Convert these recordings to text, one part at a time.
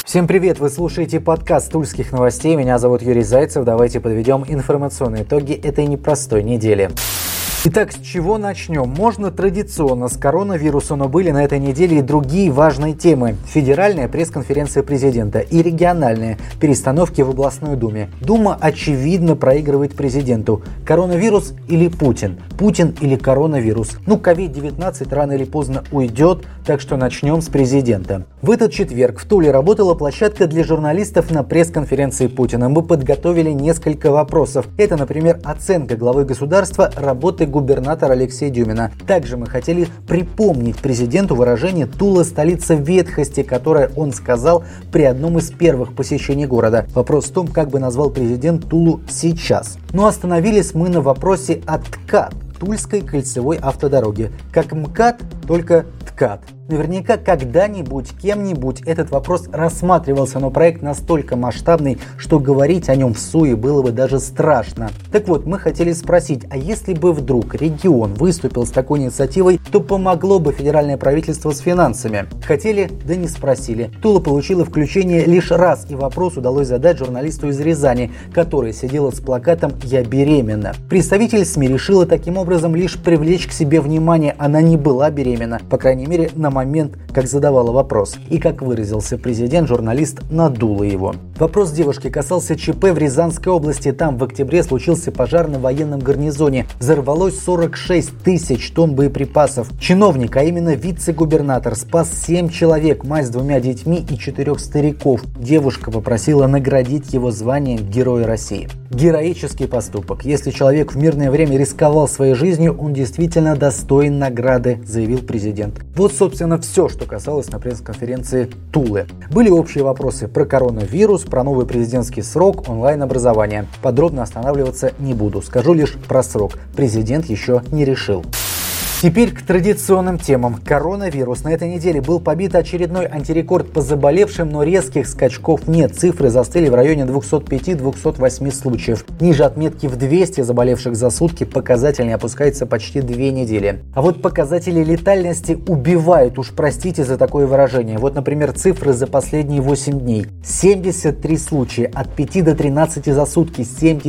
Всем привет! Вы слушаете подкаст Тульских новостей. Меня зовут Юрий Зайцев. Давайте подведем информационные итоги этой непростой недели. Итак, с чего начнем? Можно традиционно с коронавируса, но были на этой неделе и другие важные темы. Федеральная пресс-конференция президента и региональные перестановки в областной думе. Дума очевидно проигрывает президенту. Коронавирус или Путин? Путин или коронавирус? COVID-19 рано или поздно уйдет, так что начнем с президента. В этот четверг в Туле работала площадка для журналистов на пресс-конференции Путина. Мы подготовили несколько вопросов. Это, например, оценка главы государства работы губернатора Алексея Дюмина. Также мы хотели припомнить президенту выражение «Тула – столица ветхости», которое он сказал при одном из первых посещений города. Вопрос в том, как бы назвал президент Тулу сейчас. Но остановились мы на вопросе о ТКАД – Тульской кольцевой автодороги. Как МКАД, только ТКАД. Наверняка когда-нибудь, кем-нибудь этот вопрос рассматривался, но проект настолько масштабный, что говорить о нем в СУЕ было бы даже страшно. Так вот, мы хотели спросить, а если бы вдруг регион выступил с такой инициативой, то помогло бы федеральное правительство с финансами? Хотели, да не спросили. Тула получила включение лишь раз, и вопрос удалось задать журналисту из Рязани, которая сидела с плакатом «Я беременна». Представитель СМИ решила таким образом лишь привлечь к себе внимание. Она не была беременна, по крайней мере, на момент, как задавала вопрос. И, как выразился президент, журналист надула его. Вопрос девушки касался ЧП в Рязанской области. Там в октябре случился пожар на военном гарнизоне. Взорвалось 46 тысяч тонн боеприпасов. Чиновник, а именно вице-губернатор, спас 7 человек, мать с 2 детьми и 4 стариков. Девушка попросила наградить его званием Героя России. Героический поступок. Если человек в мирное время рисковал своей жизнью, он действительно достоин награды, заявил президент. Вот, собственно, все, что касалось на пресс-конференции Тулы. Были общие вопросы про коронавирус, про новый президентский срок, онлайн-образование. Подробно останавливаться не буду, скажу лишь про срок. Президент еще не решил. Теперь к традиционным темам. Коронавирус. На этой неделе был побит очередной антирекорд по заболевшим, но резких скачков нет. Цифры застыли в районе 205-208 случаев. Ниже отметки в 200 заболевших за сутки показатель не опускается почти 2 недели. А вот показатели летальности убивают, уж простите за такое выражение. Вот, например, цифры за последние 8 дней. 73 случая, от 5 до 13 за сутки.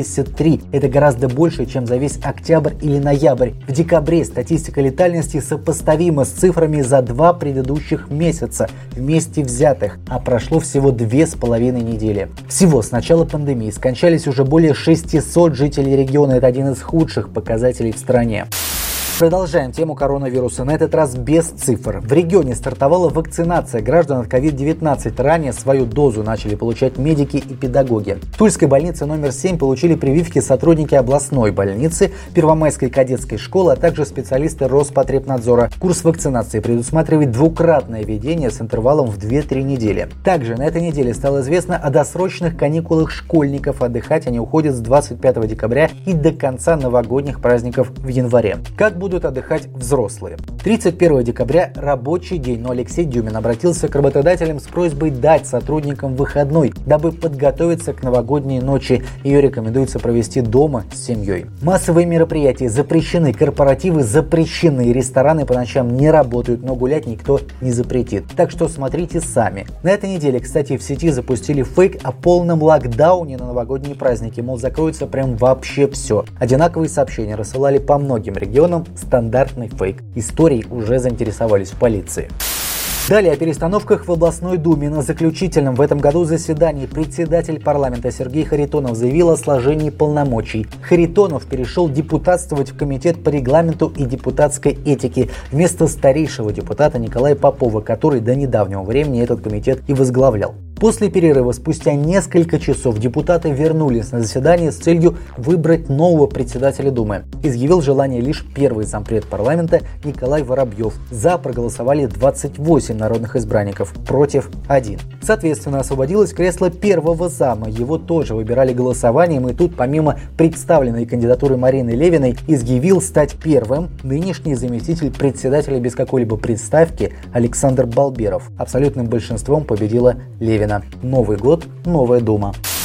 73. Это гораздо больше, чем за весь октябрь или ноябрь. В декабре статистика летальности сопоставима с цифрами за 2 предыдущих месяца вместе взятых, а прошло всего 2,5 недели. Всего с начала пандемии скончались уже более 600 жителей региона. Это один из худших показателей в стране. Продолжаем тему коронавируса, на этот раз без цифр. В регионе стартовала вакцинация граждан от COVID-19. Ранее свою дозу начали получать медики и педагоги. В Тульской больнице номер 7 получили прививки сотрудники областной больницы, Первомайской кадетской школы, а также специалисты Роспотребнадзора. Курс вакцинации предусматривает двукратное введение с интервалом в 2-3 недели. Также на этой неделе стало известно о досрочных каникулах школьников. Отдыхать они уходят с 25 декабря и до конца новогодних праздников в январе. Как будут отдыхать взрослые? 31 декабря рабочий день, но Алексей Дюмин обратился к работодателям с просьбой дать сотрудникам выходной, дабы подготовиться к новогодней ночи. Ее рекомендуется провести дома с семьей. Массовые мероприятия запрещены, корпоративы запрещены, рестораны по ночам не работают, но гулять никто не запретит. Так что смотрите сами. На этой неделе, кстати, в сети запустили фейк о полном локдауне на новогодние праздники, мол, закроется прям вообще все. Одинаковые сообщения рассылали по многим регионам. Стандартный фейк. Историей уже заинтересовались в полиции. Далее о перестановках в областной думе. На заключительном в этом году заседании председатель парламента Сергей Харитонов заявил о сложении полномочий. Харитонов перешел депутатствовать в комитет по регламенту и депутатской этике вместо старейшего депутата Николая Попова, который до недавнего времени этот комитет и возглавлял. После перерыва, спустя несколько часов, депутаты вернулись на заседание с целью выбрать нового председателя Думы. Изъявил желание лишь первый зампред парламента Николай Воробьев. За проголосовали 28 народных избранников, против 1. Соответственно, освободилось кресло первого зама. Его тоже выбирали голосованием, и тут, помимо представленной кандидатуры Марины Левиной, изъявил стать первым нынешний заместитель председателя без какой-либо представки Александр Балберов. Абсолютным большинством победила Левина. Новый год, новая Дума.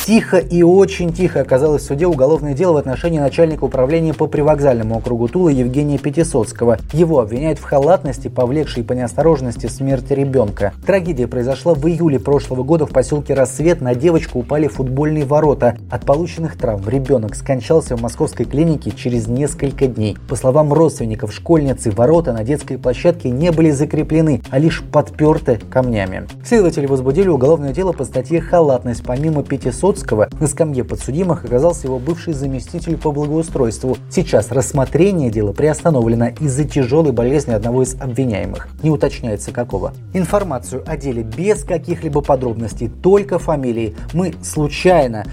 Тихо и очень тихо оказалось в суде уголовное дело в отношении начальника управления по привокзальному округу Тулы Евгения Пятисоцкого. Его обвиняют в халатности, повлекшей по неосторожности смерть ребенка. Трагедия произошла в июле прошлого года в поселке Рассвет. На девочку упали футбольные ворота. От полученных травм ребенок скончался в московской клинике через несколько дней. По словам родственников школьницы, ворота на детской площадке не были закреплены, а лишь подперты камнями. Следователи возбудили уголовное дело по статье «Халатность». Помимо Пятисоцкого, на скамье подсудимых оказался его бывший заместитель по благоустройству. Сейчас рассмотрение дела приостановлено из-за тяжелой болезни одного из обвиняемых. Не уточняется какого. Информацию о деле без каких-либо подробностей, только фамилии. Мы случайно,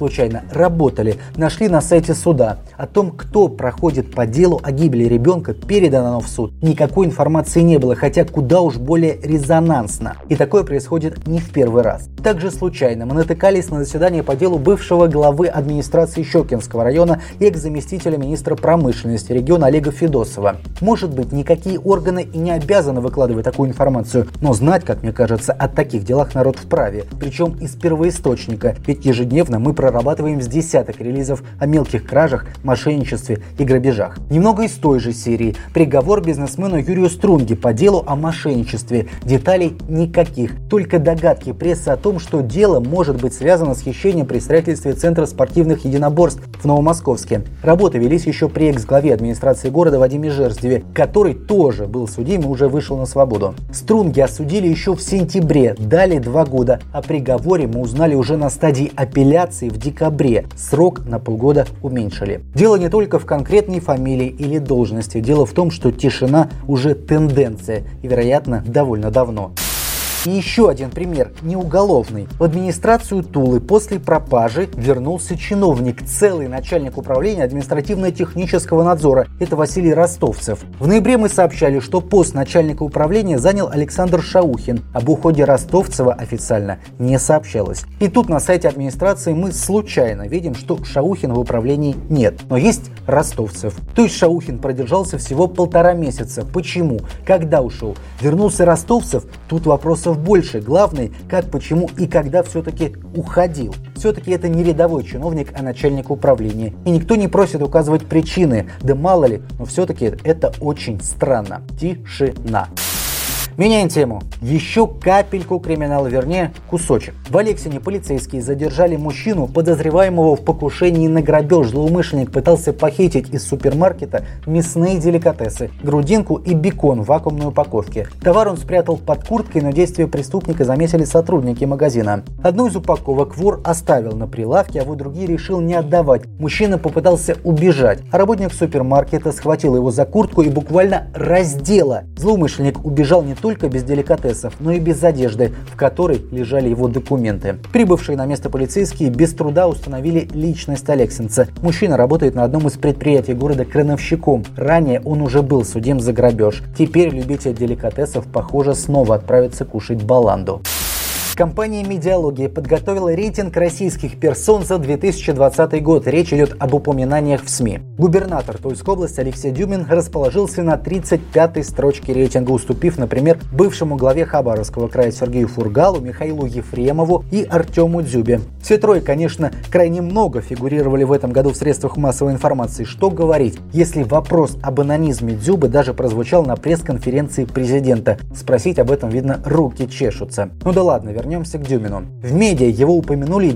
работали, нашли на сайте суда. О том, кто проходит по делу о гибели ребенка, передано в суд. Никакой информации не было, хотя куда уж более резонансно. И такое происходит не в первый раз. Также случайно мы натыкались на заседание по делу бывшего главы администрации Щекинского района и экс-заместителя министра промышленности региона Олега Федосова. Может быть, никакие органы и не обязаны выкладывать такую информацию, но знать, как мне кажется, о таких делах народ вправе, причем из первоисточника, ведь ежедневно мы прорабатываем с десяток релизов о мелких кражах, мошенничестве и грабежах. Немного из той же серии. Приговор бизнесмену Юрию Струнге по делу о мошенничестве. Деталей никаких, только догадки прессы о том, что дело может быть связано с хищением при строительстве Центра спортивных единоборств в Новомосковске. Работы велись еще при экс-главе администрации города Вадиме Жерздеве, который тоже был судим и уже вышел на свободу. Струнги осудили еще в сентябре, дали 2 года. О приговоре мы узнали уже на стадии апелляции в декабре. Срок на полгода уменьшили. Дело не только в конкретной фамилии или должности. Дело в том, что тишина уже тенденция и, вероятно, довольно давно. И еще один пример, не уголовный. В администрацию Тулы после пропажи вернулся чиновник, целый начальник управления административно-технического надзора. Это Василий Ростовцев. В ноябре мы сообщали, что пост начальника управления занял Александр Шаухин. Об уходе Ростовцева официально не сообщалось. И тут на сайте администрации мы случайно видим, что Шаухина в управлении нет. Но есть Ростовцев. То есть Шаухин продержался всего 1,5 месяца. Почему? Когда ушел? Вернулся Ростовцев? Тут вопросов больше. Главное, как, почему и когда все-таки уходил. Все-таки это не рядовой чиновник, а начальник управления. И никто не просит указывать причины. Да мало ли, но все-таки это очень странно. Тишина. Меняем тему. Еще капельку криминала, вернее, кусочек. В Алексине полицейские задержали мужчину, подозреваемого в покушении на грабеж. Злоумышленник пытался похитить из супермаркета мясные деликатесы, грудинку и бекон в вакуумной упаковке. Товар он спрятал под курткой, но действия преступника заметили сотрудники магазина. Одну из упаковок вор оставил на прилавке, а вот другие решил не отдавать. Мужчина попытался убежать, а работник супермаркета схватил его за куртку и буквально раздела. Злоумышленник убежал не только без деликатесов, но и без одежды, в которой лежали его документы. Прибывшие на место полицейские без труда установили личность алексинца. Мужчина работает на одном из предприятий города крановщиком. Ранее он уже был судим за грабеж. Теперь любитель деликатесов, похоже, снова отправится кушать баланду. Компания «Медиалогия» подготовила рейтинг российских персон за 2020 год. Речь идет об упоминаниях в СМИ. Губернатор Тульской области Алексей Дюмин расположился на 35-й строчке рейтинга, уступив, например, бывшему главе Хабаровского края Сергею Фургалу, Михаилу Ефремову и Артему Дзюбе. Все трое, конечно, крайне много фигурировали в этом году в средствах массовой информации. Что говорить, если вопрос об анонизме Дзюбы даже прозвучал на пресс-конференции президента. Спросить об этом, видно, руки чешутся. Ну да ладно, вернемся к Дюмину. В медиа его упомянули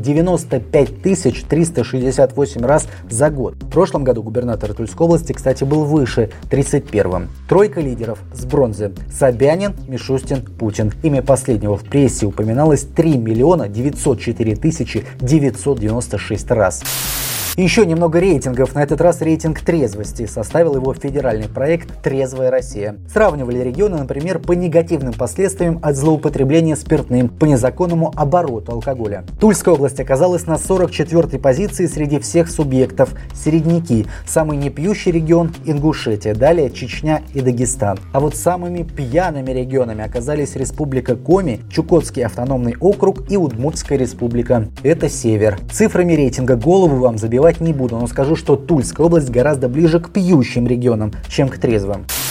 95 368 раз за год. В прошлом году губернатор Тульской области, кстати, был выше, 31-м. Тройка лидеров с бронзы: Собянин, Мишустин, Путин. Имя последнего в прессе упоминалось 3 904 996 раз. Еще немного рейтингов. На этот раз рейтинг трезвости. Составил его федеральный проект «Трезвая Россия». Сравнивали регионы, например, по негативным последствиям от злоупотребления спиртным, по незаконному обороту алкоголя. Тульская область оказалась на 44-й позиции среди всех субъектов. Середняки. Самый непьющий регион – Ингушетия. Далее Чечня и Дагестан. А вот самыми пьяными регионами оказались Республика Коми, Чукотский автономный округ и Удмуртская республика. Это север. Цифрами рейтинга голову вам забивать не буду, но скажу, что Тульская область гораздо ближе к пьющим регионам, чем к трезвым.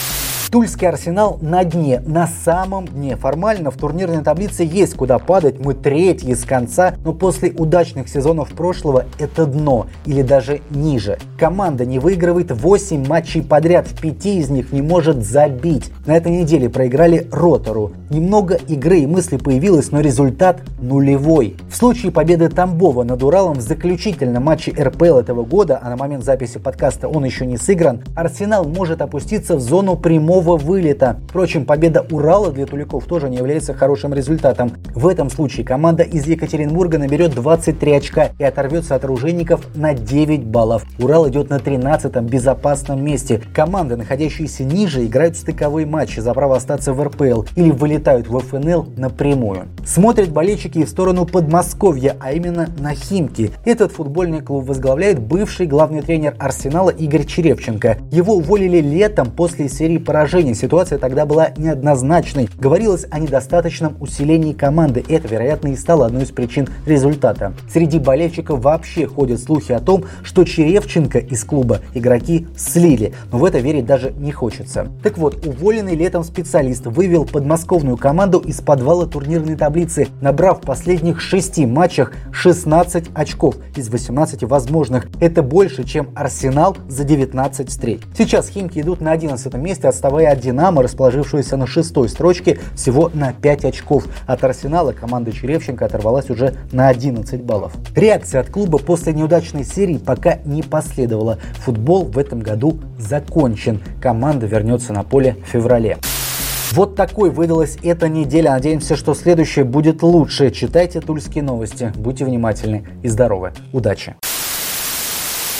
Тульский Арсенал на дне, на самом дне. Формально в турнирной таблице есть куда падать, мы третьи с конца, но после удачных сезонов прошлого это дно или даже ниже. Команда не выигрывает 8 матчей подряд, в 5 из них не может забить. На этой неделе проиграли Ротору. Немного игры и мысли появилось, но результат нулевой. В случае победы Тамбова над Уралом в заключительном матче РПЛ этого года, а на момент записи подкаста он еще не сыгран, Арсенал может опуститься в зону прямого вылета. Впрочем, победа Урала для туликов тоже не является хорошим результатом. В этом случае команда из Екатеринбурга наберет 23 очка и оторвется от оружейников на 9 баллов. Урал идет на 13-м безопасном месте. Команды, находящиеся ниже, играют стыковые матчи за право остаться в РПЛ или вылетают в ФНЛ напрямую. Смотрят болельщики и в сторону Подмосковья, а именно на Химки. Этот футбольный клуб возглавляет бывший главный тренер Арсенала Игорь Черевченко. Его уволили летом после серии поражений. Ситуация тогда была неоднозначной. Говорилось о недостаточном усилении команды. Это, вероятно, и стало одной из причин результата. Среди болельщиков вообще ходят слухи о том, что Черевченко из клуба игроки слили. Но в это верить даже не хочется. Так вот, уволенный летом специалист вывел подмосковную команду из подвала турнирной таблицы, набрав в последних 6 матчах 16 очков из 18 возможных. Это больше, чем Арсенал за 19 встреч. Сейчас Химки идут на 11 месте, отставая от Динамо, расположившуюся на 6-й строчке, всего на 5 очков. От Арсенала команда Черевченко оторвалась уже на 11 баллов. Реакция от клуба после неудачной серии пока не последовала. Футбол в этом году закончен. Команда вернется на поле в феврале. Вот такой выдалась эта неделя. Надеемся, что следующая будет лучше. Читайте Тульские новости. Будьте внимательны и здоровы. Удачи!